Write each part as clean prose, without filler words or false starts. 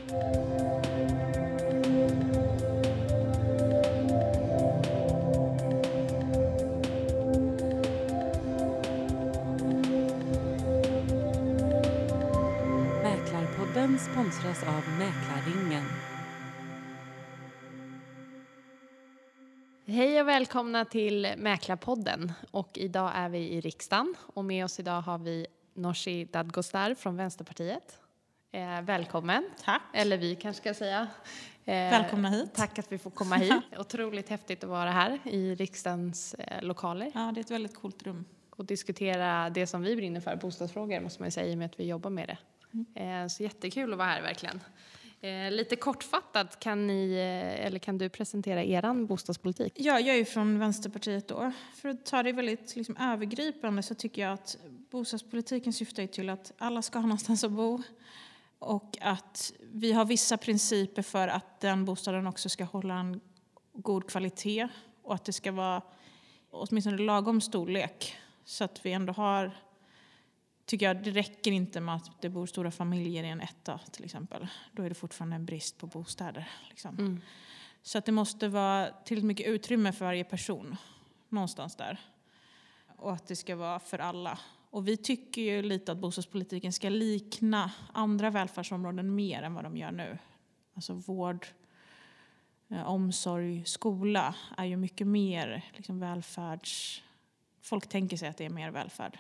Mäklarpodden sponsras av Mäklarringen. Hej och välkomna till Mäklarpodden. Och idag är vi i riksdagen. Och med oss idag har vi Nooshi Dadgostar från Vänsterpartiet. Välkommen. Tack. Eller vi kanske ska säga. Välkomna hit. Tack att vi får komma hit. Otroligt häftigt att vara här i riksdagens lokaler. Ja, det är ett väldigt coolt rum. Och diskutera det som vi brinner för, bostadsfrågor måste man ju säga, i och med att vi jobbar med det. Så jättekul att vara här verkligen. Lite kortfattat, kan du presentera eran bostadspolitik? Ja, jag är ju från Vänsterpartiet då. För att ta det väldigt övergripande så tycker jag att bostadspolitiken syftar till att alla ska ha någonstans att bo. Och att vi har vissa principer för att den bostaden också ska hålla en god kvalitet. Och att det ska vara åtminstone lagom storlek. Så att vi ändå har, tycker jag, det räcker inte med att det bor stora familjer i en etta till exempel. Då är det fortfarande en brist på bostäder. Liksom. Så att det måste vara tillräckligt mycket utrymme för varje person. Någonstans där. Och att det ska vara för alla. Och vi tycker ju lite att bostadspolitiken ska likna andra välfärdsområden mer än vad de gör nu. Alltså vård, omsorg, skola är ju mycket mer välfärds... Folk tänker sig att det är mer välfärd.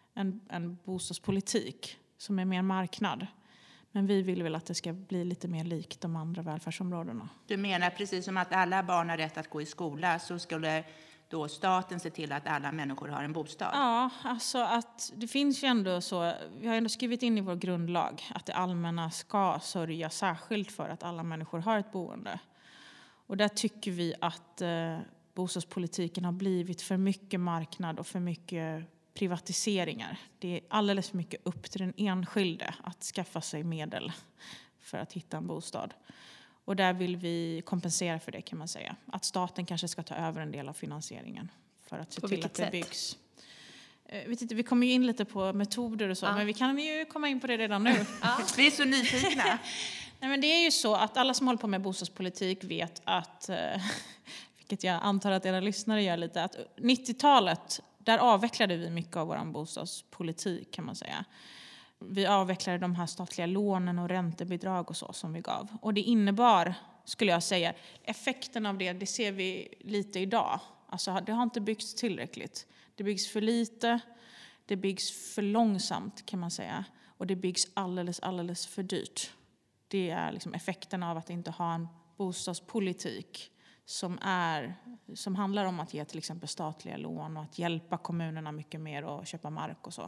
En bostadspolitik som är mer marknad. Men vi vill väl att det ska bli lite mer likt de andra välfärdsområdena. Du menar precis som att alla barn har rätt att gå i skola, så skulle då staten se till att alla människor har en bostad? Ja, alltså att det finns ju ändå så, vi har ändå skrivit in i vår grundlag att det allmänna ska sörja särskilt för att alla människor har ett boende. Och där tycker vi att bostadspolitiken har blivit för mycket marknad och för mycket privatiseringar. Det är alldeles för mycket upp till den enskilde att skaffa sig medel för att hitta en bostad. Och där vill vi kompensera för det, kan man säga. Att staten kanske ska ta över en del av finansieringen för att se till att det byggs. Vet inte, vi kommer ju in lite på metoder och så, men vi kan ju komma in på det redan nu. Vi är så nyfikna. Nej, men det är ju så att alla som håller på med bostadspolitik vet att, vilket jag antar att era lyssnare gör lite, att 90-talet, där avvecklade vi mycket av vår bostadspolitik, kan man säga. Vi avvecklade de här statliga lånen och räntebidrag och så som vi gav. Och det innebar, skulle jag säga, effekten av det ser vi lite idag. Alltså det har inte byggts tillräckligt. Det byggs för lite, det byggs för långsamt, kan man säga. Och det byggs alldeles för dyrt. Det är effekten av att inte ha en bostadspolitik som handlar om att ge till exempel statliga lån och att hjälpa kommunerna mycket mer att köpa mark och så.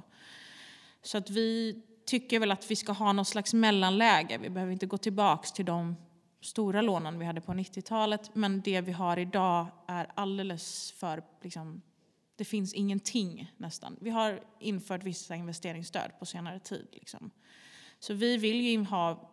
Så att vi tycker väl att vi ska ha någon slags mellanläge. Vi behöver inte gå tillbaka till de stora lånen vi hade på 90-talet. Men det vi har idag är alldeles för, det finns ingenting nästan. Vi har infört vissa investeringsstöd på senare tid. Så vi vill ju ha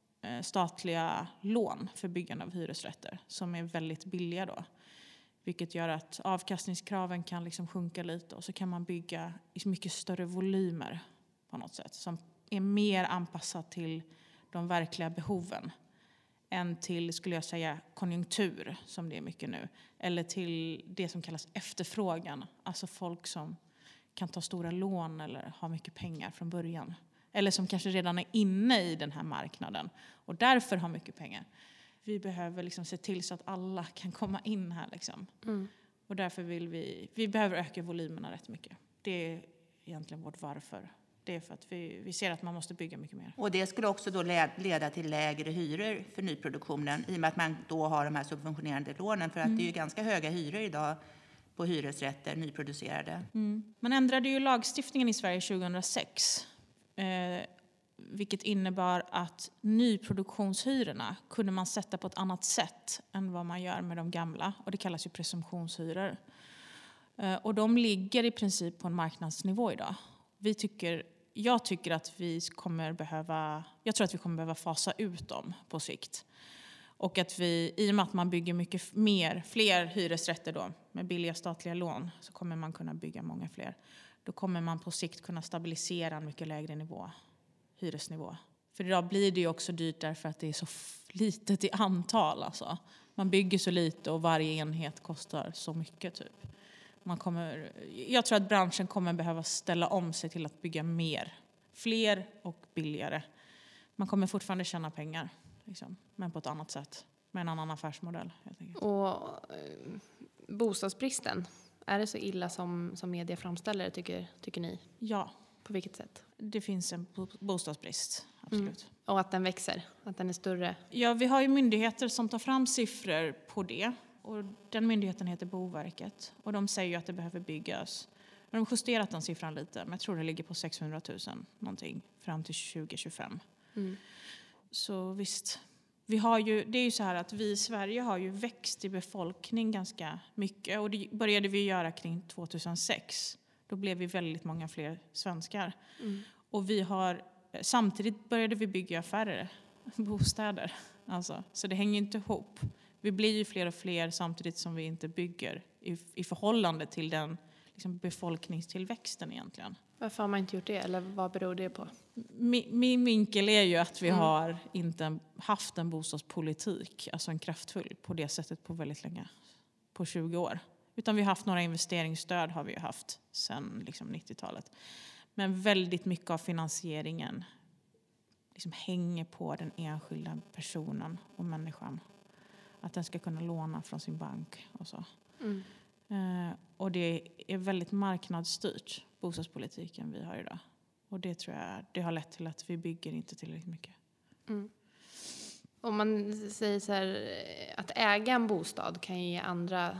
statliga lån för byggande av hyresrätter som är väldigt billiga då. Vilket gör att avkastningskraven kan sjunka lite och så kan man bygga i mycket större volymer på något sätt. Som är mer anpassat till de verkliga behoven än till, skulle jag säga, konjunktur som det är mycket nu. Eller till det som kallas efterfrågan. Alltså folk som kan ta stora lån eller ha mycket pengar från början. Eller som kanske redan är inne i den här marknaden och därför har mycket pengar. Vi behöver se till så att alla kan komma in här. Och därför vill vi behöver öka volymerna rätt mycket. Det är egentligen vårt varför. Det är för att vi ser att man måste bygga mycket mer. Och det skulle också då leda till lägre hyror för nyproduktionen i och med att man då har de här subventionerande lånen. För att det är ju ganska höga hyror idag på hyresrätter nyproducerade. Man ändrade ju lagstiftningen i Sverige 2006. Vilket innebar att nyproduktionshyrorna kunde man sätta på ett annat sätt än vad man gör med de gamla. Och det kallas ju presumtionshyror. Och de ligger i princip på en marknadsnivå idag. Jag tycker att vi kommer behöva fasa ut dem på sikt. Och att i och med att man bygger fler hyresrätter då, med billiga statliga lån, så kommer man kunna bygga många fler. Då kommer man på sikt kunna stabilisera en mycket lägre hyresnivå För idag blir det ju också dyrt därför att det är så litet i antal. Alltså. Man bygger så lite och varje enhet kostar så mycket typ. Jag tror att branschen kommer behöva ställa om sig till att bygga fler och billigare. Man kommer fortfarande tjäna pengar, liksom, men på ett annat sätt. Med en annan affärsmodell, helt enkelt. Och bostadsbristen, är det så illa som media framställer det, tycker ni? Ja. På vilket sätt? Det finns en bostadsbrist, absolut. Och att den växer, att den är större? Ja, vi har ju myndigheter som tar fram siffror på det. Och den myndigheten heter Boverket. Och de säger ju att det behöver byggas. De har justerat den siffran lite, men jag tror det ligger på 600 000 någonting fram till 2025. Så visst. Det är ju så här att vi i Sverige har ju växt i befolkning ganska mycket. Och det började vi göra kring 2006. Då blev vi väldigt många fler svenskar. Och samtidigt började vi bygga färre bostäder. Alltså, så det hänger inte ihop. Vi blir ju fler och fler samtidigt som vi inte bygger i förhållande till den liksom, befolkningstillväxten egentligen. Varför har man inte gjort det? Eller vad beror det på? Min vinkel är ju att vi har inte haft en bostadspolitik, alltså en kraftfull på det sättet på väldigt länge. På 20 år. Utan vi har haft några investeringsstöd har vi ju haft sedan liksom 90-talet. Men väldigt mycket av finansieringen liksom hänger på den enskilda personen och människan. Att den ska kunna låna från sin bank och så. Och det är väldigt marknadsstyrt, bostadspolitiken vi har idag. Och det tror jag det har lett till att vi bygger inte tillräckligt mycket. Om man säger så här, att äga en bostad kan ge andra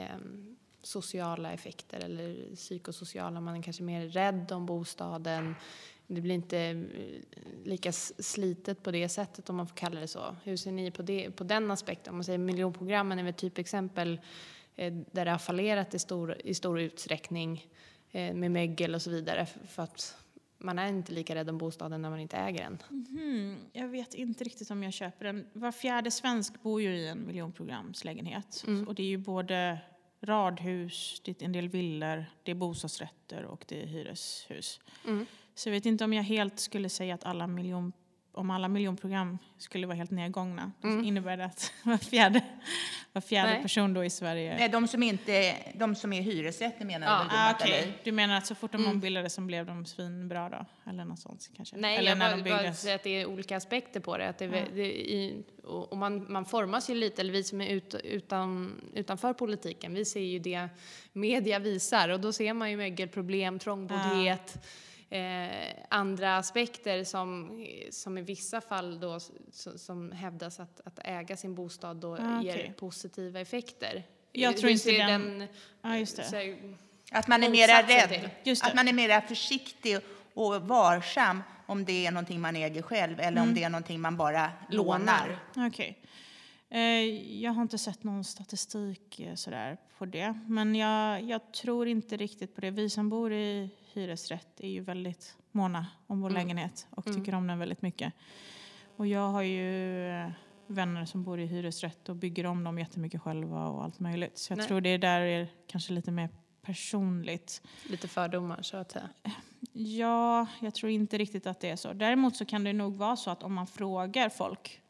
sociala effekter eller psykosociala. Man är kanske mer rädd om bostaden. Det blir inte lika slitet på det sättet om man får kalla det så. Hur ser ni på den aspekten? Om man säger miljonprogrammen är väl typexempel där det har fallerat i stor utsträckning med mögel och så vidare. För att man är inte lika rädd om bostaden när man inte äger den. Jag vet inte riktigt om jag köper den. Var fjärde svensk bor ju i en miljonprogramslägenhet. Och det är ju både radhus, det är en del villor, det är bostadsrätter och det är hyreshus. Så jag vet inte om jag helt skulle säga att om alla miljonprogram skulle vara helt nedgångna. Så innebär det att var fjärde person då i Sverige... Nej, de som är hyresrätter menar du? Okej. Du menar att så fort de ombildades så blev de svinbra då? Eller något sånt kanske? Nej, eller jag bara säger att det är olika aspekter på det. Att och man formas ju lite, eller vi som är utanför politiken, vi ser ju det media visar. Och då ser man ju mögelproblem, trångboddhet... andra aspekter som i vissa fall då, som hävdas att äga sin bostad då ger positiva effekter. Jag tror inte den... just det. Att man är mera rädd. Att man är mera försiktig och varsam om det är någonting man äger själv eller om det är någonting man bara lånar. Okej. Jag har inte sett någon statistik sådär på det. Men jag tror inte riktigt på det. Vi som bor i hyresrätt är ju väldigt måna om vår lägenhet och tycker om den väldigt mycket. Och jag har ju vänner som bor i hyresrätt och bygger om dem jättemycket själva och allt möjligt. Så jag tror det där är kanske lite mer personligt. Lite fördomar så att säga. Ja, jag tror inte riktigt att det är så. Däremot så kan det nog vara så att om man frågar folk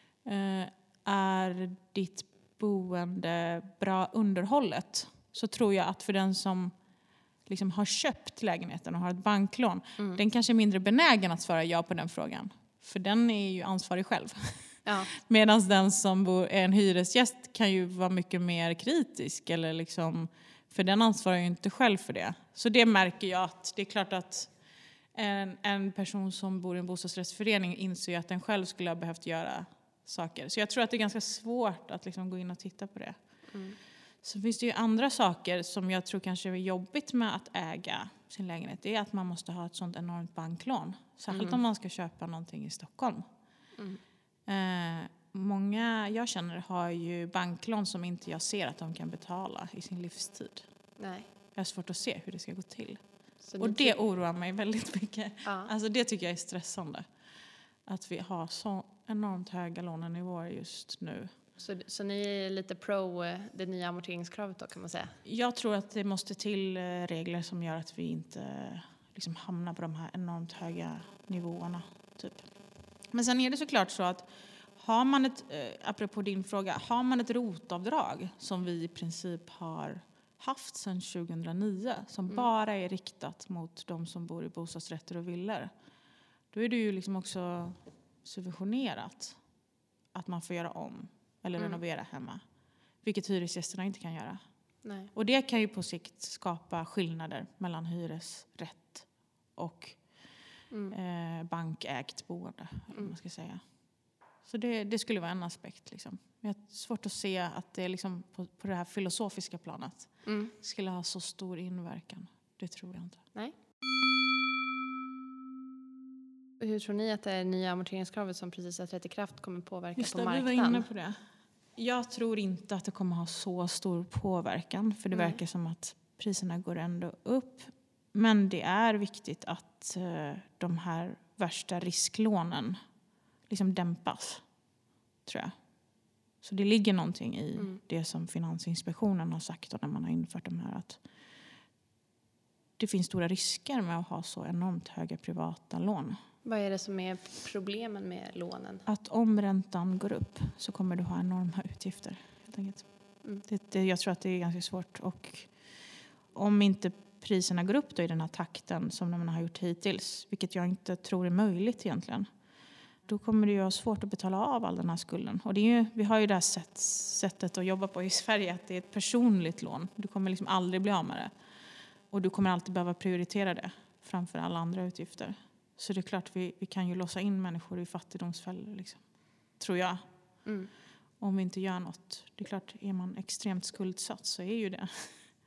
är ditt boende bra underhållet, så tror jag att för den som liksom har köpt lägenheten och har ett banklån, den kanske är mindre benägen att svara ja på den frågan. För den är ju ansvarig själv. Ja. Medan den som är en hyresgäst kan ju vara mycket mer kritisk. Eller liksom, för den ansvarar ju inte själv för det. Så det märker jag att det är klart att en person som bor i en bostadsrättsförening inser ju att den själv skulle ha behövt göra saker. Så jag tror att det är ganska svårt att liksom gå in och titta på det. Så finns det ju andra saker som jag tror kanske är jobbigt med att äga sin lägenhet. Det är att man måste ha ett sånt enormt banklån. Särskilt om man ska köpa någonting i Stockholm. Många jag känner har ju banklån som inte jag ser att de kan betala i sin livstid. Nej. Jag har svårt att se hur det ska gå till. Och det oroar mig väldigt mycket. Ja. Alltså det tycker jag är stressande. Att vi har så enormt höga lånenivåer just nu. Så ni är lite pro det nya amorteringskravet då, kan man säga? Jag tror att det måste till regler som gör att vi inte liksom hamnar på de här enormt höga nivåerna. Typ. Men sen är det såklart så att har man apropå din fråga, har man ett rotavdrag som vi i princip har haft sedan 2009 som bara är riktat mot de som bor i bostadsrätter och villor, då är det ju liksom också subventionerat att man får göra om eller renovera hemma, vilket hyresgästerna inte kan göra. Nej. Och det kan ju på sikt skapa skillnader mellan hyresrätt och bankägt boende, eller man ska säga. Så det skulle vara en aspekt. Liksom. Men jag har svårt att se att det liksom på det här filosofiska planet skulle ha så stor inverkan. Det tror jag inte. Nej. Hur tror ni att det nya amorteringskravet som precis har trätt i kraft kommer påverka på marknaden? Vi var inne på det. Jag tror inte att det kommer ha så stor påverkan. För det verkar som att priserna går ändå upp. Men det är viktigt att de här värsta risklånen liksom dämpas, tror jag. Så det ligger någonting i det som Finansinspektionen har sagt och när man har infört de här, att det finns stora risker med att ha så enormt höga privata lån. Vad är det som är problemen med lånen? Att om räntan går upp så kommer du ha enorma utgifter, helt enkelt. Jag tror att det är ganska svårt. Och om inte priserna går upp då i den här takten som man har gjort hittills, vilket jag inte tror är möjligt egentligen, då kommer det ju vara svårt att betala av all den här skulden. Och det är ju, vi har ju det här sättet att jobba på i Sverige, att det är ett personligt lån. Du kommer liksom aldrig bli av med det. Och du kommer alltid behöva prioritera det framför alla andra utgifter. Så det är klart, vi kan ju låsa in människor i fattigdomsfällor, liksom. Tror jag. Om vi inte gör något. Det är klart, är man extremt skuldsatt så är ju det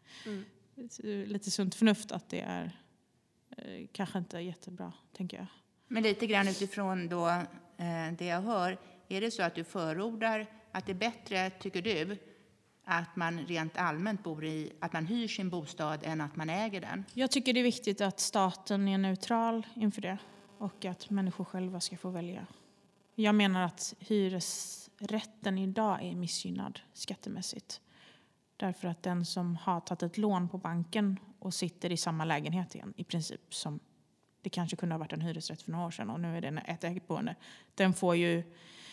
lite sunt förnuft att det är kanske inte jättebra, tänker jag. Men lite grann utifrån då, det jag hör, är det så att du förordar att det är bättre, tycker du, att man rent allmänt att man hyr sin bostad än att man äger den? Jag tycker det är viktigt att staten är neutral inför det och att människor själva ska få välja. Jag menar att hyresrätten idag är missgynnad skattemässigt. Därför att den som har tagit ett lån på banken och sitter i samma lägenhet igen, i princip som det kanske kunde ha varit en hyresrätt för några år sedan och nu är det ett ägt boende. Den får ju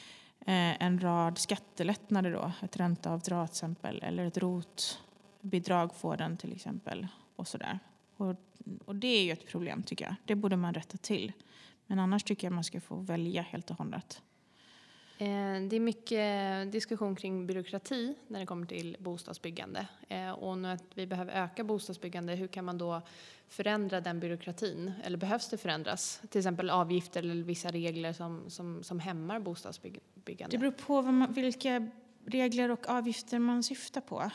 en rad skattelättnader då. Ett ränteavdrag till exempel. Eller ett rotbidrag får den till exempel. Och sådär. Och det är ju ett problem, tycker jag. Det borde man rätta till. Men annars tycker jag man ska få välja helt och hållet. Det är mycket diskussion kring byråkrati när det kommer till bostadsbyggande. Och nu att vi behöver öka bostadsbyggande, hur kan man då förändra den byråkratin? Eller behövs det förändras? Till exempel avgifter eller vissa regler som hämmar bostadsbyggande. Det beror på vilka regler och avgifter man syftar på.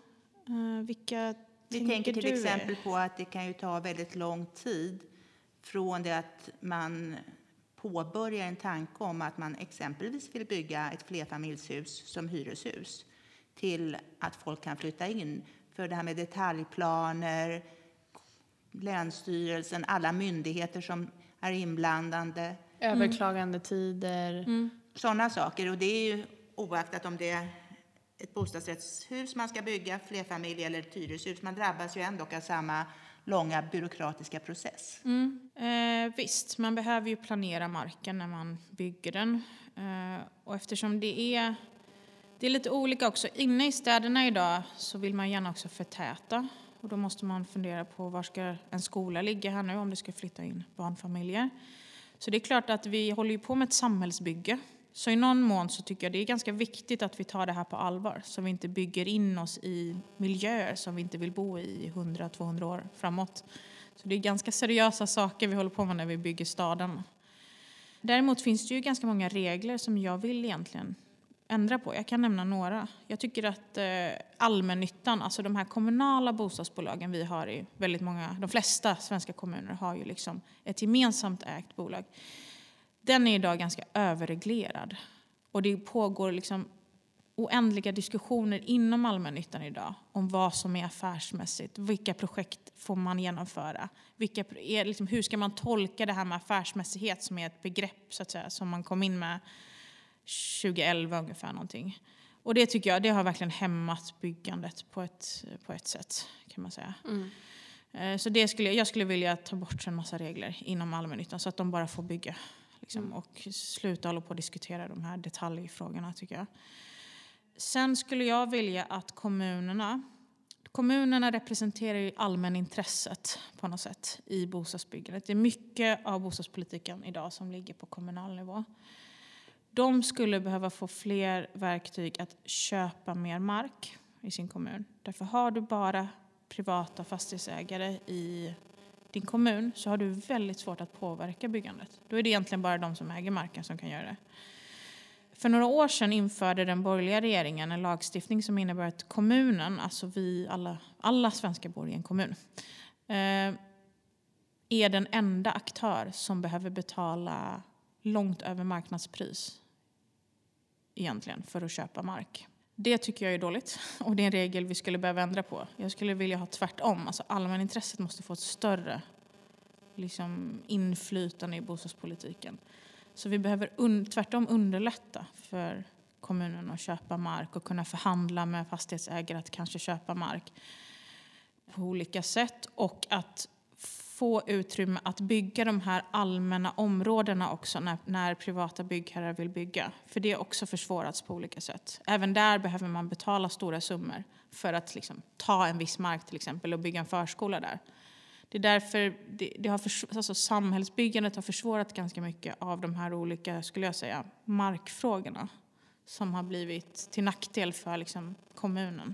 Vilka Vi tänker till exempel på att det kan ju ta väldigt lång tid från det att man påbörjar en tanke om att man exempelvis vill bygga ett flerfamiljshus som hyreshus till att folk kan flytta in. För det här med detaljplaner, Länsstyrelsen, alla myndigheter som är inblandade. Överklagandetider. Sådana saker. Och det är ju oaktat om det är ett bostadsrättshus man ska bygga, flerfamilj eller ett hyreshus. Man drabbas ju ändå av samma långa byråkratiska process. Visst, man behöver ju planera marken när man bygger den. Och eftersom det är lite olika också. Inne i städerna idag så vill man gärna också förtäta. Och då måste man fundera på var ska en skola ligga här nu om det ska flytta in barnfamiljer. Så det är klart att vi håller ju på med ett samhällsbygge. Så i någon mån så tycker jag det är ganska viktigt att vi tar det här på allvar. Så vi inte bygger in oss i miljöer som vi inte vill bo i 100-200 år framåt. Så det är ganska seriösa saker vi håller på med när vi bygger staden. Däremot finns det ju ganska många regler som jag vill egentligen ändra på. Jag kan nämna några. Jag tycker att allmännyttan, alltså de här kommunala bostadsbolagen vi har i väldigt många, de flesta svenska kommuner har ju liksom ett gemensamt ägt bolag. Den är idag ganska överreglerad. Och det pågår liksom oändliga diskussioner inom allmännyttan idag om vad som är affärsmässigt. Vilka projekt får man genomföra? Hur ska man tolka det här med affärsmässighet som är ett begrepp så att säga, som man kom in med 2011 ungefär någonting. Och det tycker jag, det har verkligen hämmat byggandet på ett sätt kan man säga. Så jag skulle vilja ta bort en massa regler inom allmännyttan så att de bara får bygga Liksom, och sluta hålla på att diskutera de här detaljfrågorna tycker jag. Sen skulle jag vilja att kommunerna representerar ju allmänintresset på något sätt i bostadsbyggandet. Det är mycket av bostadspolitiken idag som ligger på kommunal nivå. De skulle behöva få fler verktyg att köpa mer mark i sin kommun. Därför har du bara privata fastighetsägare i din kommun så har du väldigt svårt att påverka byggandet. Då är det egentligen bara de som äger marken som kan göra det. För några år sedan införde den borgerliga regeringen en lagstiftning som innebär att kommunen, alltså vi alla svenskar bor i en kommun, är den enda aktör som behöver betala långt över marknadspris egentligen för att köpa mark. Det tycker jag är dåligt och det är en regel vi skulle behöva ändra på. Jag skulle vilja ha tvärtom. Alltså allmänintresset måste få ett större inflytande i bostadspolitiken. Så vi behöver tvärtom underlätta för kommunen att köpa mark och kunna förhandla med fastighetsägare att kanske köpa mark på olika sätt. Och att få utrymme att bygga de här allmänna områdena också när privata byggherrar vill bygga. För det är också försvårats på olika sätt. Även där behöver man betala stora summor för att ta en viss mark till exempel och bygga en förskola där. Det är därför samhällsbyggandet har försvårat ganska mycket av de här olika, skulle jag säga, markfrågorna som har blivit till nackdel för kommunen.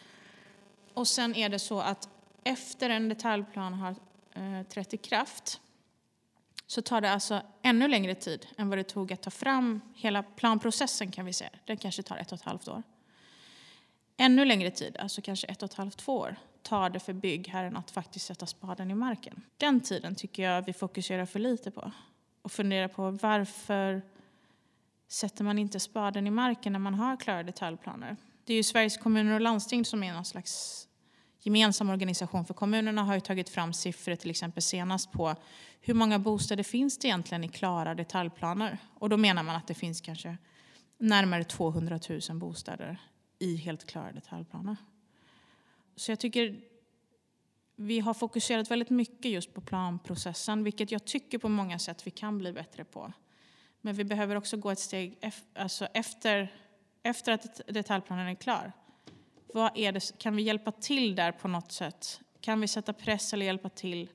Och sen är det så att efter en detaljplan har trätt i kraft så tar det alltså ännu längre tid än vad det tog att ta fram hela planprocessen kan vi säga. Den kanske tar 1,5 år. Ännu längre tid, alltså kanske 1,5-2 år, tar det för byggherren att faktiskt sätta spaden i marken. Den tiden tycker jag vi fokuserar för lite på. Och funderar på varför sätter man inte spaden i marken när man har klara detaljplaner. Det är ju Sveriges kommuner och landsting som är någon slags gemensam organisation för kommunerna har ju tagit fram siffror till exempel senast på hur många bostäder finns det egentligen i klara detaljplaner. Och då menar man att det finns kanske närmare 200 000 bostäder i helt klara detaljplaner. Så jag tycker vi har fokuserat väldigt mycket just på planprocessen, vilket jag tycker på många sätt vi kan bli bättre på. Men vi behöver också gå ett steg efter att detaljplanen är klar. Vad är det, kan vi hjälpa till där på något sätt? Kan vi sätta press eller hjälpa till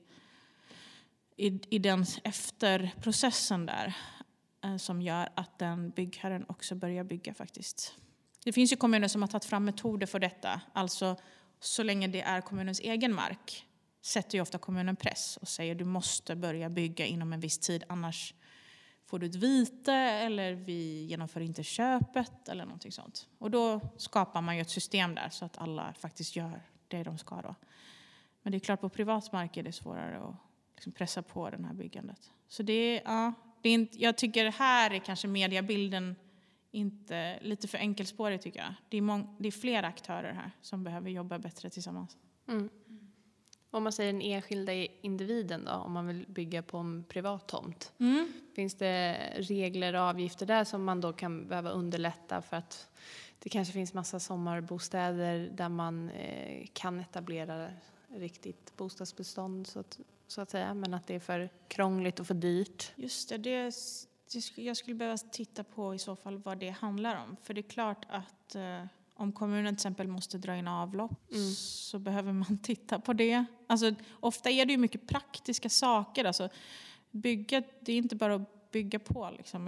i den efterprocessen där som gör att den byggherren också börjar bygga faktiskt? Det finns ju kommuner som har tagit fram metoder för detta. Alltså så länge det är kommunens egen mark sätter ju ofta kommunen press och säger du måste börja bygga inom en viss tid annars får du ett vite eller vi genomför inte köpet eller någonting sånt. Och då skapar man ju ett system där så att alla faktiskt gör det de ska då. Men det är klart på privat mark är det svårare att pressa på det här byggandet. Så jag tycker här är kanske mediebilden inte lite för enkelspårig tycker jag. Det är flera aktörer här som behöver jobba bättre tillsammans. Mm. Om man säger den enskilda individen då, om man vill bygga på en privat tomt. Finns det regler och avgifter där som man då kan behöva underlätta för att det kanske finns massa sommarbostäder där man kan etablera riktigt bostadsbestånd så att säga, men att det är för krångligt och för dyrt? Just det jag skulle behöva titta på i så fall vad det handlar om. För det är klart att om kommunen till exempel måste dra in avlopp så behöver man titta på det. Alltså, ofta är det ju mycket praktiska saker. Alltså, det är inte bara att bygga på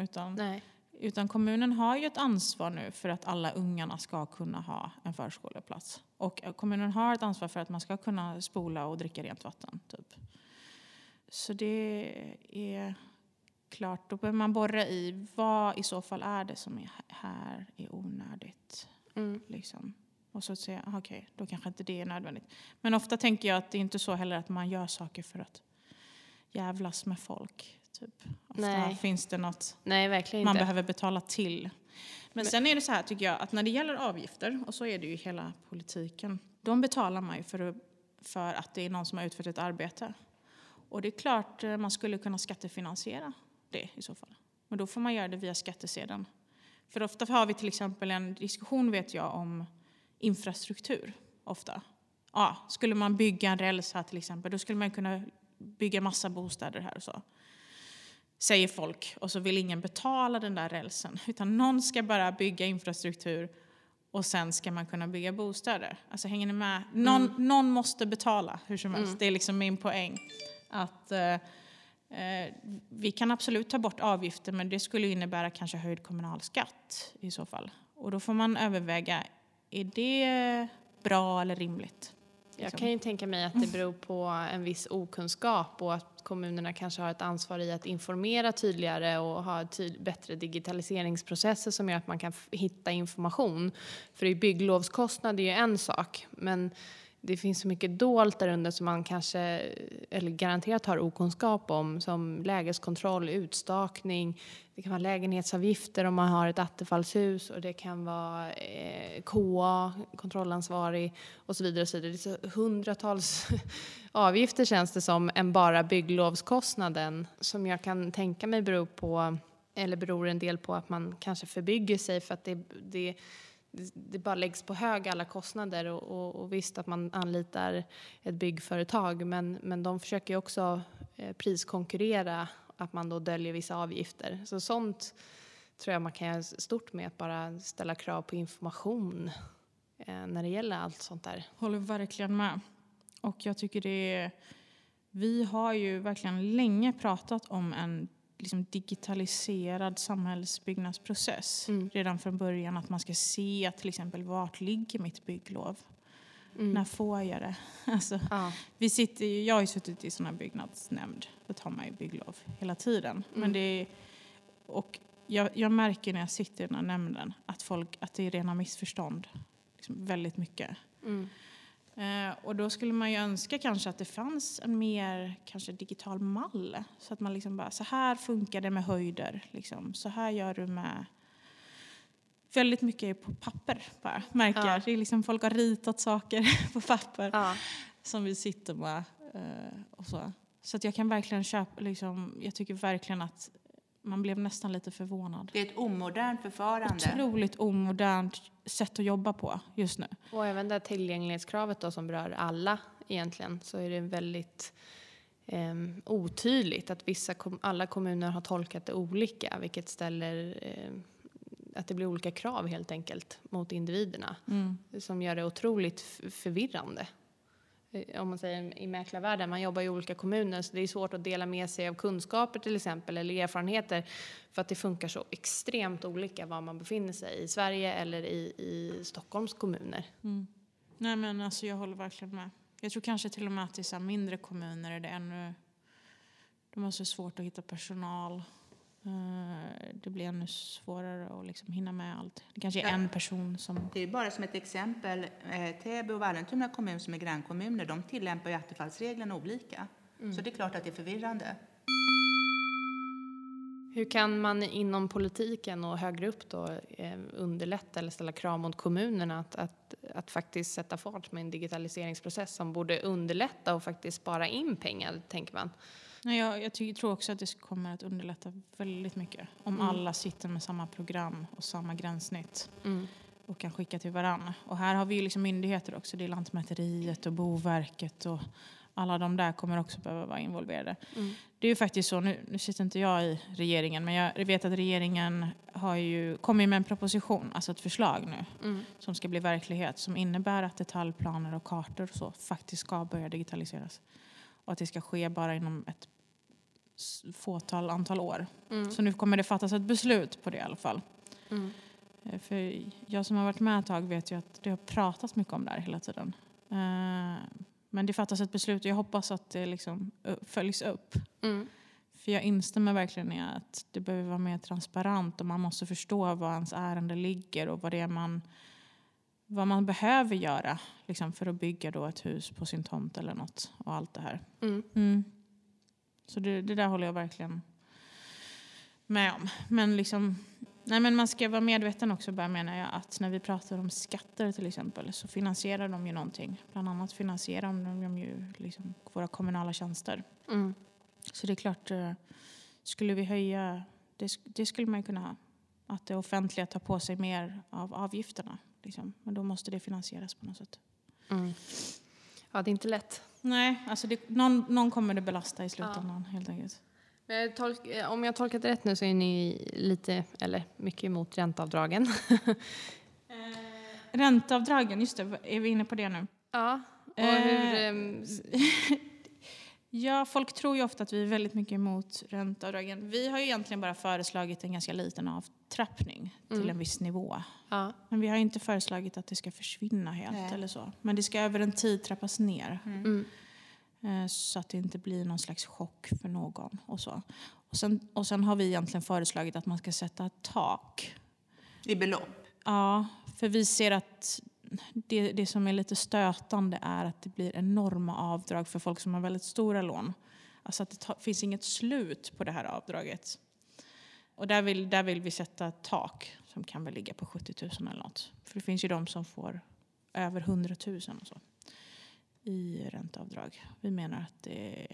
utan kommunen har ju ett ansvar nu för att alla ungarna ska kunna ha en förskoleplats. Och kommunen har ett ansvar för att man ska kunna spola och dricka rent vatten. Typ. Så det är klart, då behöver man borra i vad i så fall är det som är onödigt. Och så säga, okej, då kanske inte det är nödvändigt. Men ofta tänker jag att det är inte så heller att man gör saker för att jävlas med folk. Typ. Ofta finns det något verkligen man inte. behöver betala till. Men sen är det så här tycker jag att när det gäller avgifter, och så är det ju hela politiken, de betalar man ju för att det är någon som har utfört ett arbete. Och det är klart man skulle kunna skattefinansiera det i så fall. Men då får man göra det via skattesedeln. För ofta har vi till exempel en diskussion vet jag om infrastruktur. Ofta. Ja, skulle man bygga en räls här till exempel då skulle man kunna bygga massa bostäder här och så. säger folk, och så vill ingen betala den där rälsen. Utan någon ska bara bygga infrastruktur och sen ska man kunna bygga bostäder. Alltså hänger ni med? Någon måste betala hur som helst. Det är liksom min poäng. Att vi kan absolut ta bort avgifter, men det skulle innebära kanske höjd kommunalskatt i så fall. Och då får man överväga, är det bra eller rimligt? Jag kan ju tänka mig att det beror på en viss okunskap och att kommunerna kanske har ett ansvar i att informera tydligare och ha bättre digitaliseringsprocesser som gör att man kan hitta information. För bygglovskostnad är ju en sak, men det finns så mycket dolt där under som man kanske, eller garanterat har okunskap om, som lägeskontroll, utstakning, det kan vara lägenhetsavgifter om man har ett attefallshus, och det kan vara KA, kontrollansvarig och så vidare. Och så vidare. Det är så hundratals avgifter känns det som än bara bygglovskostnaden, som jag kan tänka mig beror en del på att man kanske förbygger sig för att det bara läggs på hög alla kostnader, och visst att man anlitar ett byggföretag, men de försöker ju också priskonkurrera, att man då döljer vissa avgifter. Så sånt tror jag man kan göra stort med, att bara ställa krav på information när det gäller allt sånt där. Håller verkligen med. Och jag tycker vi har ju verkligen länge pratat om en liksom digitaliserad samhällsbyggnadsprocess. Redan från början, att man ska se till exempel vart ligger mitt bygglov. När får jag det? Alltså, jag har ju suttit i sån här byggnadsnämnd. Då tar man ju bygglov hela tiden. Men jag märker när jag sitter i den här nämnden att det är rena missförstånd. Liksom väldigt mycket. Och då skulle man ju önska kanske att det fanns en mer kanske digital mall. Så att man liksom bara, så här funkar det med höjder. Liksom. Så här gör du med... Väldigt mycket är på papper bara, märker jag. Det är liksom, folk har ritat saker på papper som vi sitter med. Och så att jag kan verkligen köpa, liksom, jag tycker verkligen att man blev nästan lite förvånad. Det är ett omodernt förfarande. Otroligt omodernt sätt att jobba på just nu. Och även det tillgänglighetskravet då, som berör alla egentligen, så är det väldigt otydligt att alla kommuner har tolkat det olika, vilket ställer att det blir olika krav helt enkelt mot individerna, som gör det otroligt förvirrande. Om man säger i mäklarvärlden, man jobbar i olika kommuner, så det är svårt att dela med sig av kunskaper till exempel, eller erfarenheter, för att det funkar så extremt olika var man befinner sig i Sverige eller i Stockholms kommuner. Nej, men alltså jag håller verkligen med. Jag tror kanske till och med att i så här mindre kommuner är det ännu, de har så svårt att hitta personal. Det blir ännu svårare att liksom hinna med allt. Det kanske är en person som... Det är bara som ett exempel. Täby och Vallentuna kommun som är grannkommuner, de tillämpar ju attefallsreglerna olika. Så det är klart att det är förvirrande. Hur kan man inom politiken och högre upp då underlätta eller ställa krav mot kommunerna att faktiskt sätta fart med en digitaliseringsprocess som borde underlätta och faktiskt spara in pengar, tänker man? Nej, jag tror också att det kommer att underlätta väldigt mycket om alla sitter med samma program och samma gränssnitt och kan skicka till varann. Och här har vi ju liksom myndigheter också. Det är Lantmäteriet och Boverket och alla de där kommer också behöva vara involverade. Det är ju faktiskt så, nu sitter inte jag i regeringen, men jag vet att regeringen har ju kommit med en proposition, alltså ett förslag nu som ska bli verklighet, som innebär att detaljplaner och kartor och så faktiskt ska börja digitaliseras. Och att det ska ske bara inom ett fåtal antal år. Så nu kommer det fattas ett beslut på det i alla fall. För jag som har varit med ett tag vet ju att det har pratats mycket om det här hela tiden. Men det fattas ett beslut och jag hoppas att det liksom följs upp. För jag instämmer verkligen i att det behöver vara mer transparent och man måste förstå var ens ärende ligger och vad man behöver göra liksom, för att bygga då ett hus på sin tomt eller något och allt det här. Så det där håller jag verkligen med om. Men liksom, man ska vara medveten också, bara menar jag, att när vi pratar om skatter till exempel så finansierar de ju någonting. Bland annat finansierar de ju liksom våra kommunala tjänster. Så det är klart, skulle vi höja, det skulle man kunna ha. Att det offentliga tar på sig mer av avgifterna. Liksom. Men då måste det finansieras på något sätt. Ja, det är inte lätt. Nej, alltså någon kommer det belasta i slutändan helt enkelt. Om jag tolkat det rätt nu så är ni lite, eller mycket emot ränteavdragen. Ränteavdragen, just det. Är vi inne på det nu? Ja, och hur... Ja, folk tror ju ofta att vi är väldigt mycket emot ränteavdragen. Vi har ju egentligen bara föreslagit en ganska liten avtrappning till en viss nivå. Ja. Men vi har ju inte föreslagit att det ska försvinna helt eller så. Men det ska över en tid trappas ner. Så att det inte blir någon slags chock för någon och så. Och sen har vi egentligen föreslagit att man ska sätta ett tak. I belopp? Ja, för vi ser att det som är lite stötande är att det blir enorma avdrag för folk som har väldigt stora lån. Alltså att det finns inget slut på det här avdraget. Och där vill vi sätta ett tak som kan väl ligga på 70 000 eller något. För det finns ju de som får över 100 000 och så i ränteavdrag. Vi menar att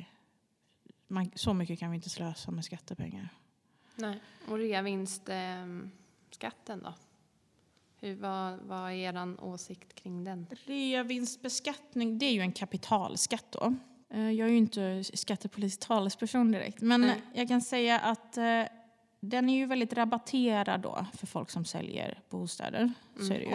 så mycket kan vi inte slösa med skattepengar. Nej, och reavinstskatten då? Vad är er åsikt kring den? Reavinstbeskattning, det är ju en kapitalskatt då. Jag är ju inte skattepolitisk talesperson direkt. Men jag kan säga att den är ju väldigt rabatterad då för folk som säljer bostäder. Så är det ju.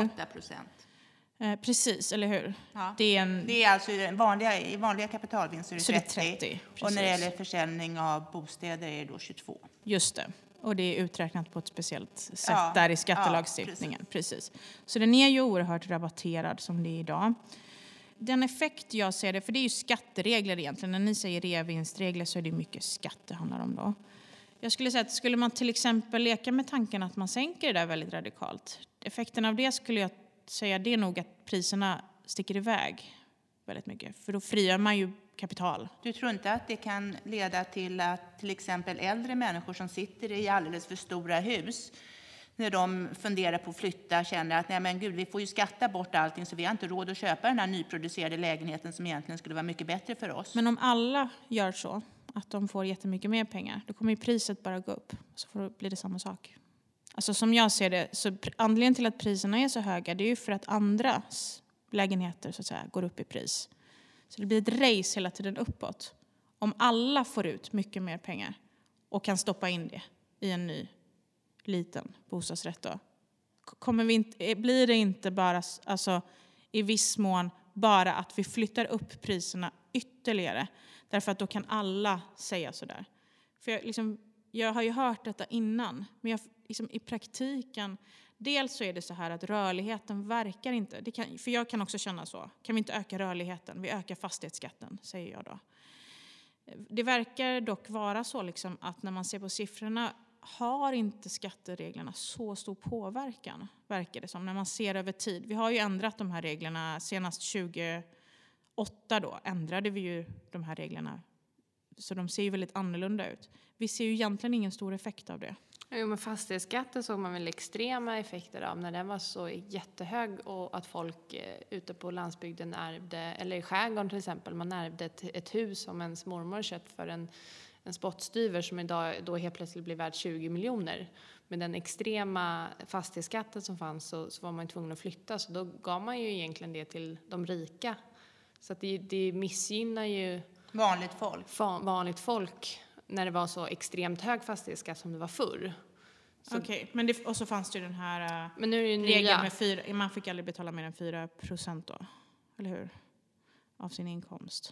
8%. Precis, eller hur? Ja. Det är alltså i vanliga kapitalvinster så är det är 30. Och när det gäller försäljning av bostäder är det då 22. Just det. Och det är uträknat på ett speciellt sätt där i skattelagstiftningen. Precis. Så den är ju oerhört rabatterad som det är idag. Den effekt jag ser det, för det är ju skatteregler egentligen. När ni säger reavinstregler så är det mycket skatt det handlar om då. Jag skulle säga att skulle man till exempel leka med tanken att man sänker det där väldigt radikalt. Effekten av det skulle jag säga det är nog att priserna sticker iväg väldigt mycket. För då frigör man ju kapital. Du tror inte att det kan leda till att till exempel äldre människor som sitter i alldeles för stora hus, när de funderar på att flytta, känner att nej men gud, vi får ju skatta bort allting så vi har inte råd att köpa den här nyproducerade lägenheten som egentligen skulle vara mycket bättre för oss. Men om alla gör så, att de får jättemycket mer pengar, då kommer ju priset bara gå upp. Så blir det samma sak. Alltså som jag ser det, så anledningen till att priserna är så höga, det är ju för att andras lägenheter så att säga går upp i pris. Så det blir ett race hela tiden uppåt. Om alla får ut mycket mer pengar och kan stoppa in det i en ny liten bostadsrätt då, blir det inte bara alltså, i viss mån bara att vi flyttar upp priserna ytterligare. Därför att då kan alla säga sådär. För jag har ju hört detta innan. Men i praktiken, dels så är det så här att rörligheten verkar inte. För jag kan också känna så. Kan vi inte öka rörligheten? Vi ökar fastighetsskatten, säger jag då. Det verkar dock vara så att när man ser på siffrorna har inte skattereglerna så stor påverkan, verkar det som, när man ser över tid. Vi har ju ändrat de här reglerna senast 2008 då. Ändrade vi ju de här reglerna. Så de ser ju väldigt annorlunda ut. Vi ser ju egentligen ingen stor effekt av det. Jo, men fastighetsskatten såg man väl extrema effekter av när den var så jättehög och att folk ute på landsbygden ärvde, eller i skärgården till exempel, man ärvde ett hus som ens mormor köpt för en spottstyver som idag då helt plötsligt blir värd 20 miljoner. Med den extrema fastighetsskatten som fanns så var man tvungen att flytta, så då gav man ju egentligen det till de rika. Så att det missgynnar ju vanligt folk när det var så extremt hög fastighetsskatt som det var förr. Okej, men och så fanns det ju den här men nu är det regeln med man fick aldrig betala mer än 4% då, eller hur? Av sin inkomst.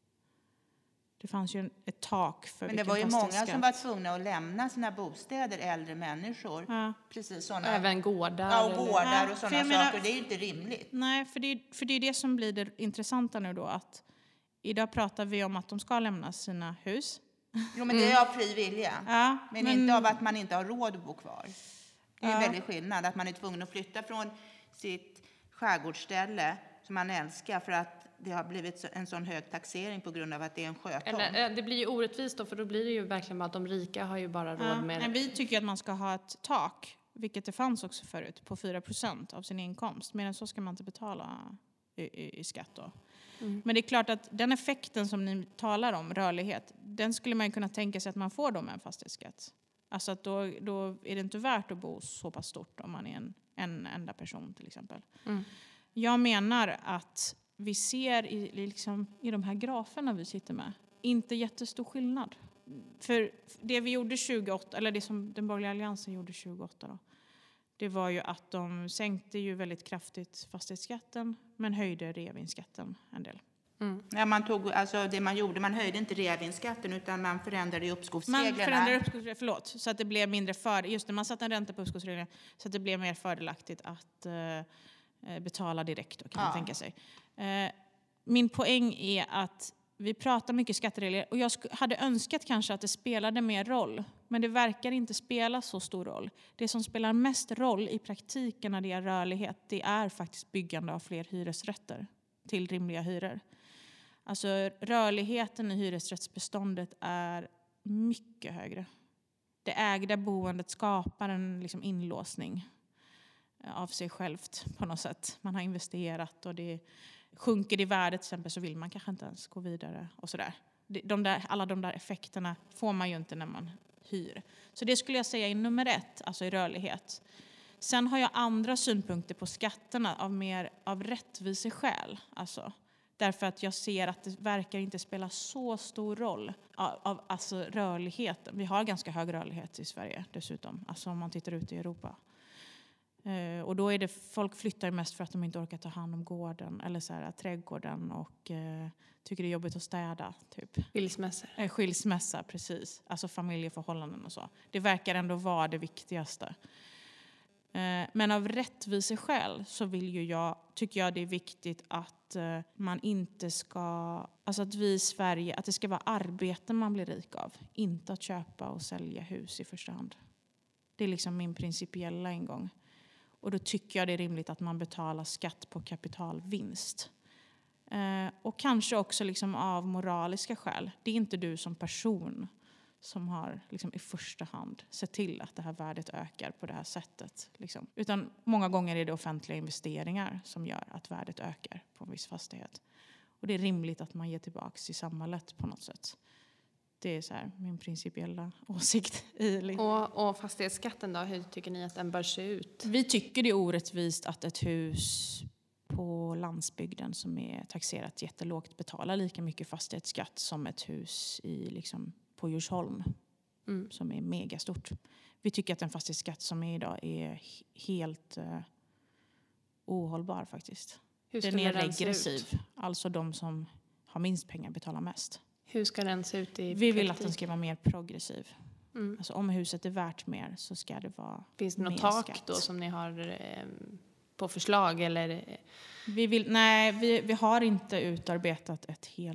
Det fanns ju ett tak för men det var ju många som var tvungna att lämna sina bostäder, äldre människor. Ja. Precis såna. Även gårdar. Ja, och gårdar och sådana saker. Det är ju inte rimligt. Nej, för det är det som blir det intressanta nu då, att idag pratar vi om att de ska lämna sina hus. Jo, men det är av fri vilja. Ja, men inte av att man inte har råd att bo kvar. Det är en väldigt skillnad. Att man är tvungen att flytta från sitt skärgårdsställe som man älskar för att det har blivit en sån hög taxering på grund av att det är en sjötomt. Eller, det blir ju orättvist då, för då blir det ju verkligen bara att de rika har ju bara råd med... Men vi tycker att man ska ha ett tak, vilket det fanns också förut, på 4% av sin inkomst. Men så ska man inte betala i skatt då. Mm. Men det är klart att den effekten som ni talar om, rörlighet, den skulle man kunna tänka sig att man får då med en fastighetsskatt. Alltså att då är det inte värt att bo så pass stort om man är en enda person till exempel. Mm. Jag menar att vi ser i de här graferna vi sitter med inte jättestor skillnad för det vi gjorde 2008, eller det som den borgerliga alliansen gjorde 2008 då, det var ju att de sänkte ju väldigt kraftigt fastighetsskatten men höjde reavinstskatten en del. Ja, man höjde inte reavinstskatten utan man förändrade uppskovsreglerna. Man förändrade uppskovsreglerna, så att det blev mindre just när man satte en ränta på uppskovsreglerna så att det blev mer fördelaktigt att betala direkt då, kan man tänka sig. Min poäng är att vi pratar mycket skatteregler och jag hade önskat kanske att det spelade mer roll. Men det verkar inte spela så stor roll. Det som spelar mest roll i praktiken när det är rörlighet, det är faktiskt byggande av fler hyresrätter till rimliga hyror. Alltså rörligheten i hyresrättsbeståndet är mycket högre. Det ägda boendet skapar en liksom inlåsning av sig självt på något sätt. Man har investerat och det sjunker i värdet till exempel, så vill man kanske inte ens gå vidare och sådär. Alla de där effekterna får man ju inte när man hyr. Så det skulle jag säga är nummer 1, alltså i rörlighet. Sen har jag andra synpunkter på skatterna av rättviseskäl. Därför att jag ser att det verkar inte spela så stor roll alltså rörligheten. Vi har ganska hög rörlighet i Sverige dessutom, alltså om man tittar ut i Europa. Och då är det, folk flyttar mest för att de inte orkar ta hand om gården eller så här, trädgården och tycker det är jobbigt att städa. Typ. Skilsmässa, precis. Alltså familjeförhållanden och så. Det verkar ändå vara det viktigaste. Men av rättviseskäl så tycker jag det är viktigt att man inte ska, alltså att vi i Sverige, att det ska vara arbete man blir rik av. Inte att köpa och sälja hus i första hand. Det är liksom min principiella ingång. Och då tycker jag det är rimligt att man betalar skatt på kapitalvinst. Och kanske också liksom av moraliska skäl. Det är inte du som person som har liksom i första hand sett till att det här värdet ökar på det här sättet. Liksom. Utan många gånger är det offentliga investeringar som gör att värdet ökar på en viss fastighet. Och det är rimligt att man ger tillbaka till samhället på något sätt. Det är så här min principiella åsikt. Och fastighetsskatten då, hur tycker ni att den bör se ut? Vi tycker det är orättvist att ett hus på landsbygden som är taxerat jättelågt betalar lika mycket fastighetsskatt som ett hus på Djursholm som är megastort. Vi tycker att den fastighetsskatt som är idag är helt ohållbar faktiskt. Den är regressiv. Alltså de som har minst pengar betalar mest. Hur ska den se ut i Vi vill att den ska vara mer progressiv. Alltså om huset är värt mer så ska det vara. Finns det något tak skatt då som ni har på förslag? Eller? Vi har inte utarbetat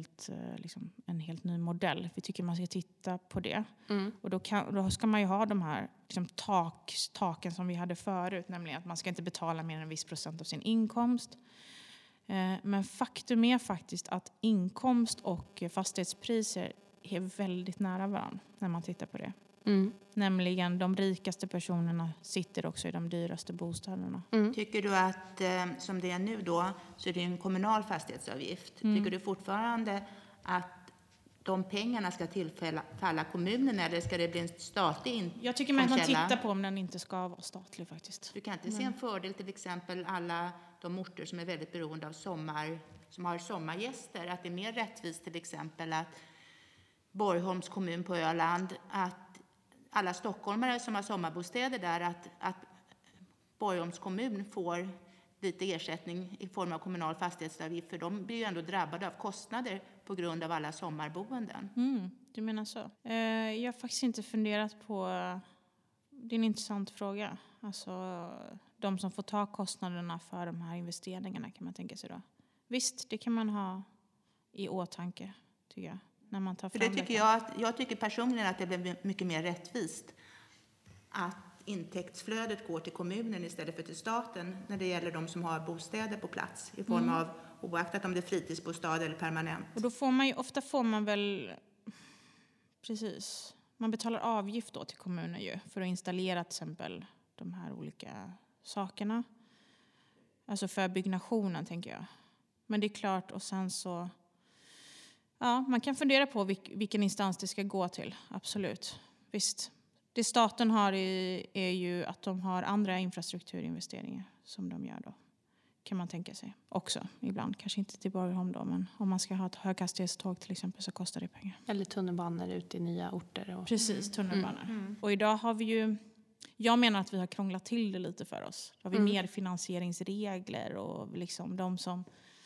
en helt ny modell. Vi tycker man ska titta på det. Och då ska man ju ha de här taken som vi hade förut. Nämligen att man ska inte betala mer än en viss procent av sin inkomst. Men faktum är faktiskt att inkomst och fastighetspriser är väldigt nära varandra när man tittar på det. Nämligen de rikaste personerna sitter också i de dyraste bostäderna. Tycker du att som det är nu då så är det en kommunal fastighetsavgift. Tycker du fortfarande att de pengarna ska tillfalla kommunen eller ska det bli en statlig inkomstkälla? Jag tycker man tittar på om den inte ska vara statlig faktiskt. Du kan inte se en fördel till exempel alla de orter som är väldigt beroende av som har sommargäster. Att det är mer rättvist till exempel att Borgholms kommun på Öland, att alla stockholmare som har sommarbostäder där, att Borgholms kommun får lite ersättning i form av kommunal fastighetsavgift, för de blir ju ändå drabbade av kostnader på grund av alla sommarboenden. Du menar så? Jag har faktiskt inte funderat på. Det är en intressant fråga. Alltså de som får ta kostnaderna för de här investeringarna kan man tänka sig då. Visst, det kan man ha i åtanke tycker jag. När man tar fram för det tycker jag tycker personligen att det blir mycket mer rättvist att intäktsflödet går till kommunen istället för till staten när det gäller de som har bostäder på plats i form av, oaktat om det är fritidsbostad eller permanent. Och då ofta får man väl, precis, man betalar avgift då till kommunen ju för att installera till exempel de här olika sakerna. Alltså för byggnationen tänker jag. Men det är klart, och sen så, ja, man kan fundera på vilken instans det ska gå till, absolut, visst. Det staten har är ju att de har andra infrastrukturinvesteringar som de gör då. kan man tänka sig också ibland. Kanske inte till Borgholm då, men om man ska ha ett höghastighetståg till exempel så kostar det pengar. Eller tunnelbanor ut i nya orter. Precis, tunnelbanor. Och idag har vi ju, jag menar att vi har krånglat till det lite för oss. Då har vi mer finansieringsregler och liksom de som,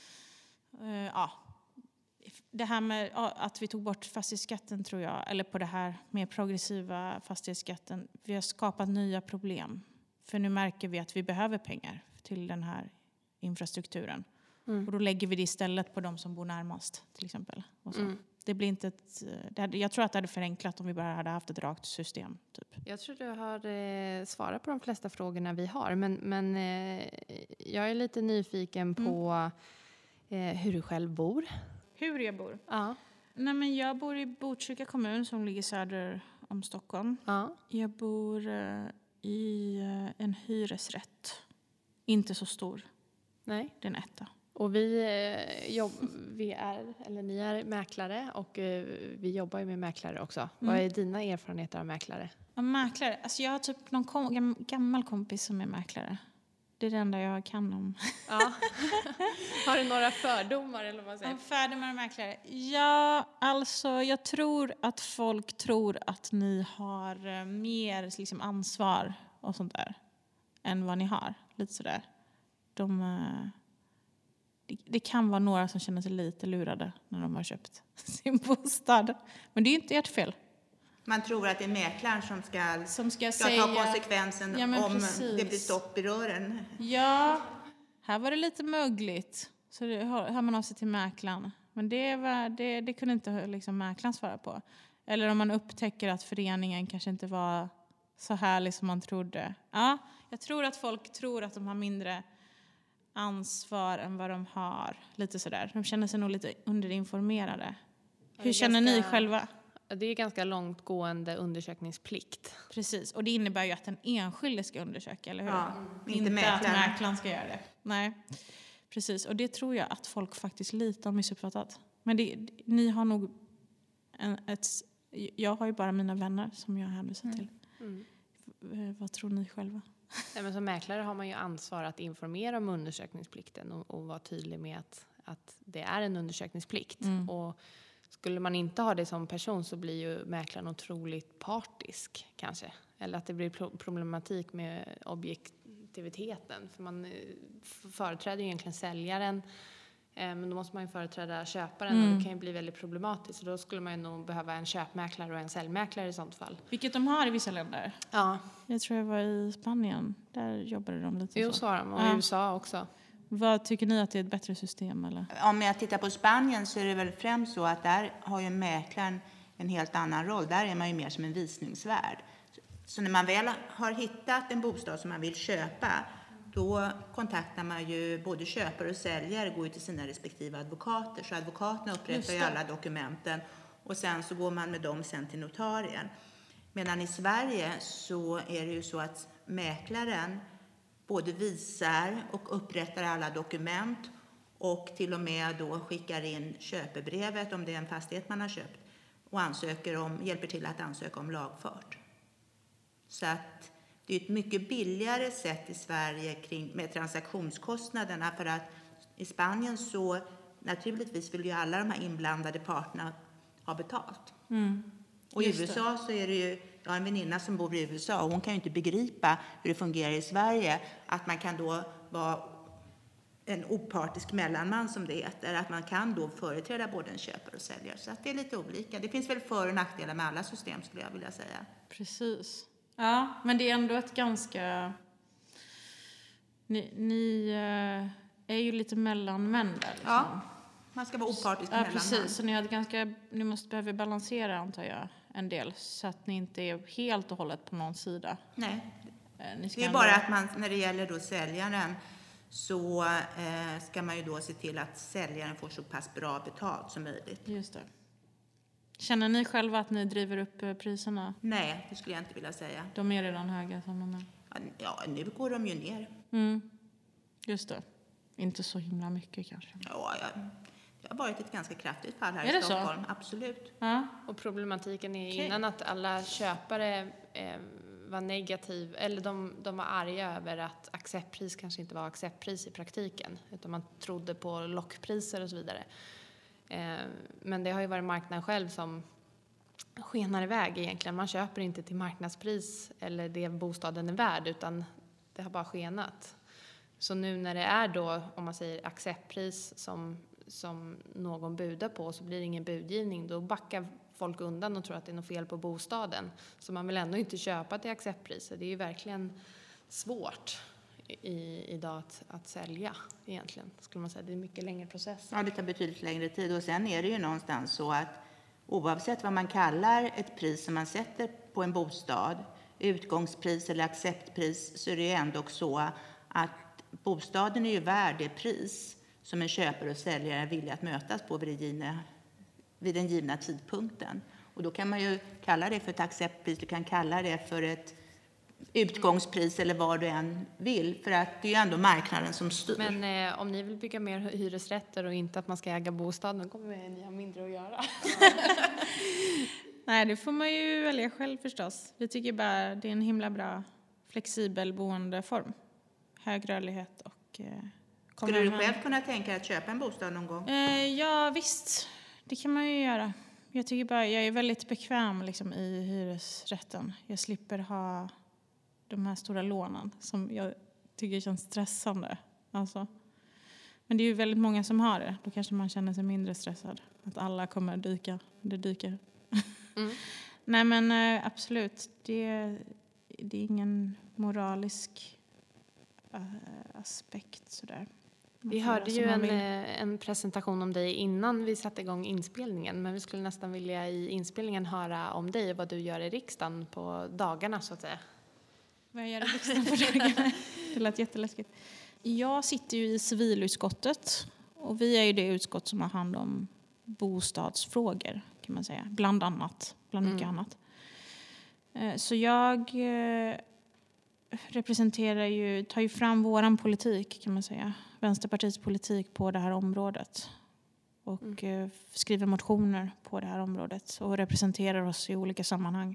det här med att vi tog bort fastighetsskatten tror jag, eller på det här mer progressiva fastighetsskatten, vi har skapat nya problem. För nu märker vi att vi behöver pengar till den här infrastrukturen. Och då lägger vi det istället på de som bor närmast till exempel. Och så. Det blir inte jag tror att det hade förenklat om vi bara hade haft ett rakt system. Typ. Jag tror du har svarat på de flesta frågorna vi har. Men jag är lite nyfiken på hur du själv bor. Hur jag bor? Ja. Nej, men jag bor i Botkyrka kommun som ligger söder om Stockholm. Ja. Jag bor i en hyresrätt. Inte så stor. Nej. Det är en etta. Och ni är mäklare och vi jobbar ju med mäklare också. Vad är dina erfarenheter av mäklare? Ja, mäklare. Alltså jag har typ någon gammal kompis som är mäklare. Det är det enda jag kan om. Ja. Har du några fördomar eller vad man säger? Fördomar och mäklare. Ja, alltså jag tror att folk tror att ni har mer liksom, ansvar och sånt där än vad ni har. Lite sådär. Det kan vara några som känner sig lite lurade när de har köpt sin bostad. Men det är inte ert fel. Man tror att det är mäklaren som ska säga, ta konsekvensen om det blir stopp i rören. Ja, här var det lite mögligt. Så det hör man av sig till mäklaren. Men det kunde inte liksom mäklaren svara på. Eller om man upptäcker att föreningen kanske inte var så härlig som man trodde. Ja, jag tror att folk tror att de har mindre ansvar än vad de har. Lite sådär. De känner sig nog lite underinformerade. Hur känner ni själva? Det är ganska långtgående undersökningsplikt. Precis, och det innebär ju att den enskilde ska undersöka, eller hur? Ja, inte att mäklaren ska göra det. Nej, precis. Och det tror jag att folk faktiskt lite har missuppfattat. Men ni har nog jag har ju bara mina vänner som jag hänvisar till. Vad tror ni själva? Nej, men som mäklare har man ju ansvar att informera om undersökningsplikten och vara tydlig med att det är en undersökningsplikt. Och skulle man inte ha det som person så blir ju mäklaren otroligt partisk kanske. Eller att det blir problematik med objektiviteten. För man företräder ju egentligen säljaren. Men då måste man ju företräda köparen och det kan ju bli väldigt problematiskt. Så då skulle man ju nog behöva en köpmäklare och en säljmäklare i sånt fall. Vilket de har i vissa länder. Ja. Jag tror jag var i Spanien. Där jobbade de lite så. Jo, så har de. Och i USA också. Vad tycker ni att det är ett bättre system? Eller? Om jag tittar på Spanien så är det väl främst så att där har ju mäklaren en helt annan roll. Där är man ju mer som en visningsvärd. Så när man väl har hittat en bostad som man vill köpa, då kontaktar man ju både köpare och säljare, går ju till sina respektive advokater. Så advokaterna upprättar ju alla dokumenten och sen så går man med dem sen till notarien. Medan i Sverige så är det ju så att mäklaren både visar och upprättar alla dokument och till och med då skickar in köpebrevet om det är en fastighet man har köpt och hjälper till att ansöka om lagfart. Så att det är ett mycket billigare sätt i Sverige med transaktionskostnaderna, för att i Spanien så naturligtvis vill ju alla de här inblandade parterna ha betalt. Och i USA så är det ju, jag har en väninna som bor i USA och hon kan ju inte begripa hur det fungerar i Sverige, att man kan då vara en opartisk mellanman som det heter, att man kan då företräda både en köpare och säljare. Så att det är lite olika. Det finns väl för- och nackdelar med alla system skulle jag vilja säga. Precis. Ja, men det är ändå ett ganska... Ni är ju lite mellanmän där. Liksom. Ja, man ska vara opartisk mellanman. Precis. Så ni måste behöva balansera, antar jag, en del. Så att ni inte är helt och hållet på någon sida. Nej, det är bara att man, när det gäller då säljaren, så ska man ju då se till att säljaren får så pass bra betalt som möjligt. Just det. Känner ni själva att ni driver upp priserna? Nej, det skulle jag inte vilja säga. De är redan höga som de är. Ja, nu går de ju ner. Just det. Inte så himla mycket kanske. Ja, det har varit ett ganska kraftigt fall här är i Stockholm. Så? Absolut. Ja. Och problematiken är innan att alla köpare var negativ, eller de var arga över att acceptpris kanske inte var acceptpris i praktiken, utan man trodde på lockpriser och så vidare. Men det har ju varit marknaden själv som skenar iväg egentligen. Man köper inte till marknadspris eller det bostaden är värd, utan det har bara skenat. Så nu när det är då, om man säger acceptpris som någon budar på, så blir det ingen budgivning. Då backar folk undan och tror att det är något fel på bostaden. Så man vill ändå inte köpa till acceptpriser. Det är ju verkligen svårt idag att sälja egentligen, skulle man säga. Det är en mycket längre process. Ja, det tar betydligt längre tid. Och sen är det ju någonstans så att oavsett vad man kallar ett pris som man sätter på en bostad, utgångspris eller acceptpris, så är det ju ändå så att bostaden är ju värd det pris som en köpare och säljare är villiga att mötas på vid den givna tidpunkten. Och då kan man ju kalla det för ett acceptpris, du kan kalla det för ett utgångspris eller vad du än vill, för att det är ju ändå marknaden som styr. Men om ni vill bygga mer hyresrätter och inte att man ska äga bostaden, kommer ni ha mindre att göra. Nej, det får man ju välja själv förstås. Vi tycker bara det är en himla bra flexibel boendeform. Hög rörlighet och... Skulle du själv kunna tänka dig att köpa en bostad någon gång? Ja, visst. Det kan man ju göra. Jag tycker bara, jag är väldigt bekväm liksom, i hyresrätten. Jag slipper ha de här stora lånen som jag tycker känns stressande. Alltså. Men det är ju väldigt många som har det. Då kanske man känner sig mindre stressad. Att alla kommer dyka. Det dyker. Mm. Nej, men absolut. Det är ingen moralisk aspekt sådär. Vi hörde ju en presentation om dig innan vi satte igång inspelningen, men vi skulle nästan vilja i inspelningen höra om dig och vad du gör i riksdagen på dagarna, så att säga. Vad jag gör i riksdagen på dagarna? Det lät jätteläskigt. Jag sitter ju i civilutskottet och vi är ju det utskott som har hand om bostadsfrågor, kan man säga. Bland mycket annat. Så jag tar ju fram våran politik, kan man säga. Vänsterpartiets politik på det här området. Och skriver motioner på det här området. Och representerar oss i olika sammanhang.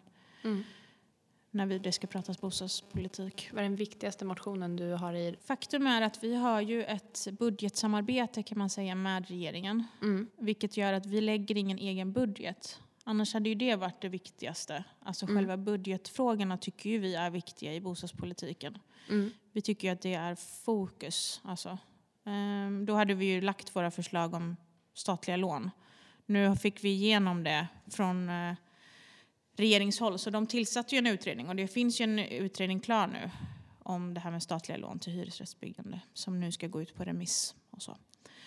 När det ska pratas bostadspolitik. Vad är den viktigaste motionen du har i? Faktum är att vi har ju ett budgetsamarbete, kan man säga, med regeringen. Vilket gör att vi lägger ingen egen budget. Annars hade ju det varit det viktigaste. Alltså själva budgetfrågorna tycker ju vi är viktiga i bostadspolitiken. Vi tycker ju att det är fokus. Alltså. Då hade vi ju lagt våra förslag om statliga lån. Nu fick vi igenom det från regeringshåll. Så de tillsatte ju en utredning. Och det finns ju en utredning klar nu om det här med statliga lån till hyresrättsbyggande. Som nu ska gå ut på remiss och så.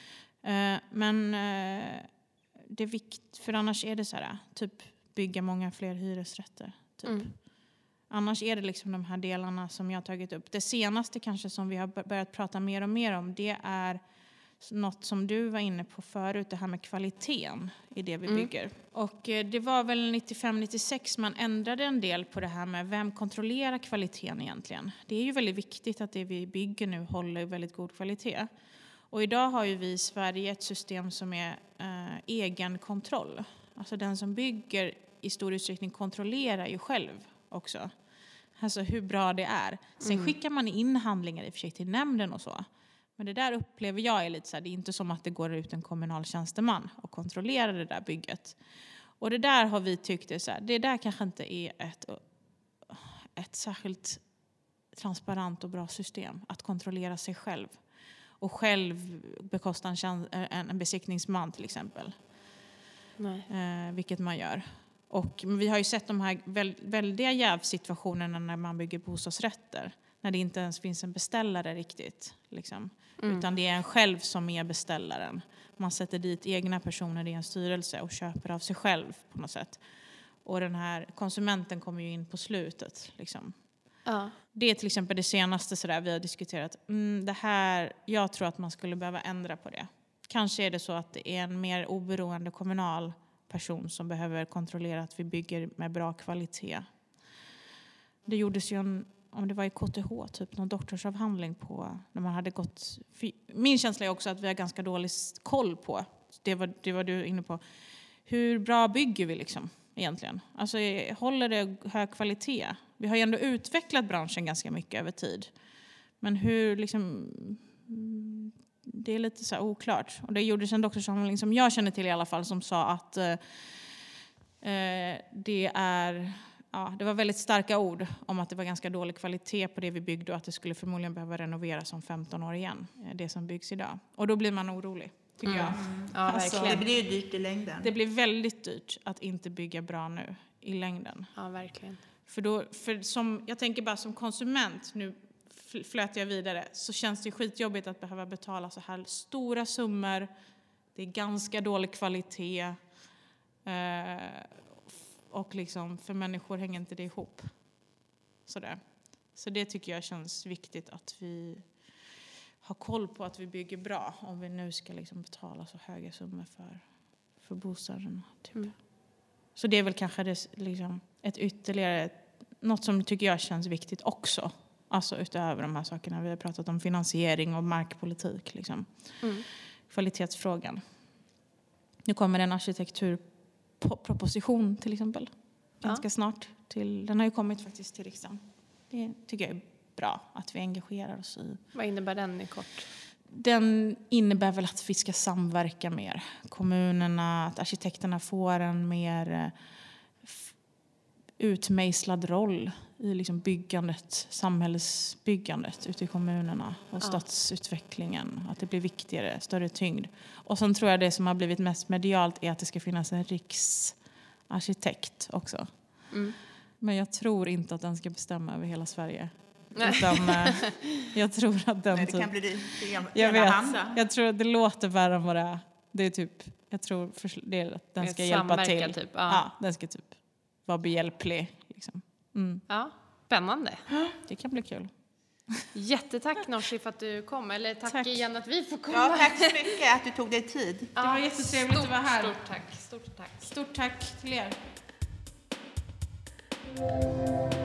Men det är viktigt, för annars är det så här, typ bygga många fler hyresrätter. Typ. Annars är det liksom de här delarna som jag har tagit upp. Det senaste kanske som vi har börjat prata mer och mer om, det är något som du var inne på förut, det här med kvaliteten i det vi bygger. Och det var väl 95-96 man ändrade en del på det här med vem kontrollerar kvaliteten egentligen. Det är ju väldigt viktigt att det vi bygger nu håller väldigt god kvalitet. Och idag har ju vi i Sverige ett system som är egen kontroll. Alltså den som bygger i stor utsträckning kontrollerar ju själv också. Alltså hur bra det är. Sen skickar man in handlingar i och för sig till nämnden och så. Men det där upplever jag är lite så här, det är inte som att det går ut en kommunal tjänsteman och kontrollerar det där bygget. Och det där har vi tyckt är så här, det där kanske inte är ett särskilt transparent och bra system att kontrollera sig själv. Och själv bekosta en besiktningsman till exempel. Vilket man gör. Och vi har ju sett de här väldiga jävsituationerna när man bygger bostadsrätter. När det inte ens finns en beställare riktigt. Liksom. Utan det är en själv som är beställaren. Man sätter dit egna personer i en styrelse och köper av sig själv på något sätt. Och den här konsumenten kommer ju in på slutet. Liksom. Ja. Det är till exempel det senaste sådär vi har diskuterat. Det här, jag tror att man skulle behöva ändra på det. Kanske är det så att det är en mer oberoende kommunal person som behöver kontrollera att vi bygger med bra kvalitet. Det gjordes ju om det var i KTH, typ någon doktorsavhandling på när man hade gått. Min känsla är också att vi har ganska dålig koll på. Det var du inne på. Hur bra bygger vi liksom egentligen? Alltså håller det hög kvalitet? Vi har ju ändå utvecklat branschen ganska mycket över tid. Men hur liksom... Det är lite så här oklart. Och det gjordes en doktorsavhandling som jag känner till i alla fall som sa att det var väldigt starka ord om att det var ganska dålig kvalitet på det vi byggde och att det skulle förmodligen behöva renoveras om 15 år igen, det som byggs idag. Och då blir man orolig, tycker jag. Ja, verkligen. Det blir ju dyrt i längden. Det blir väldigt dyrt att inte bygga bra nu i längden. Ja, verkligen. Jag tänker bara som konsument, nu flöt jag vidare, så känns det skitjobbigt att behöva betala så här stora summor. Det är ganska dålig kvalitet. Och liksom, för människor hänger inte det ihop. Så det tycker jag känns viktigt att vi har koll på att vi bygger bra. Om vi nu ska liksom betala så höga summor för bostäderna. Typ. Så det är väl kanske ett ytterligare, något som tycker jag känns viktigt också. Alltså utöver de här sakerna vi har pratat om, finansiering och markpolitik. Liksom. Kvalitetsfrågan. Nu kommer en arkitekturproposition till exempel. Ganska snart. Den har ju kommit faktiskt till riksdagen. Det tycker jag är bra att vi engagerar oss i. Vad innebär den i kort? Den innebär väl att vi ska samverka mer. Kommunerna, att arkitekterna får en mer utmejslad roll i liksom byggandet, samhällsbyggandet ute i kommunerna och stadsutvecklingen. Att det blir viktigare, större tyngd. Och sen tror jag det som har blivit mest medialt är att det ska finnas en riksarkitekt också. Men jag tror inte att den ska bestämma över hela Sverige. Utan jag tror att den... Nej, det kan bli det. Jag tror att det låter värre än vad det är. Det är typ... Jag tror det är att den ska hjälpa till. Typ, ja, den ska typ vara behjälplig. Liksom. Ja, spännande. Det kan bli kul. Jättetack Nooshi för att du kom. Eller tack igen att vi får komma. Ja, tack så mycket att du tog dig tid. Det var jättetrevligt att vara här. Stort tack. Stort tack till er.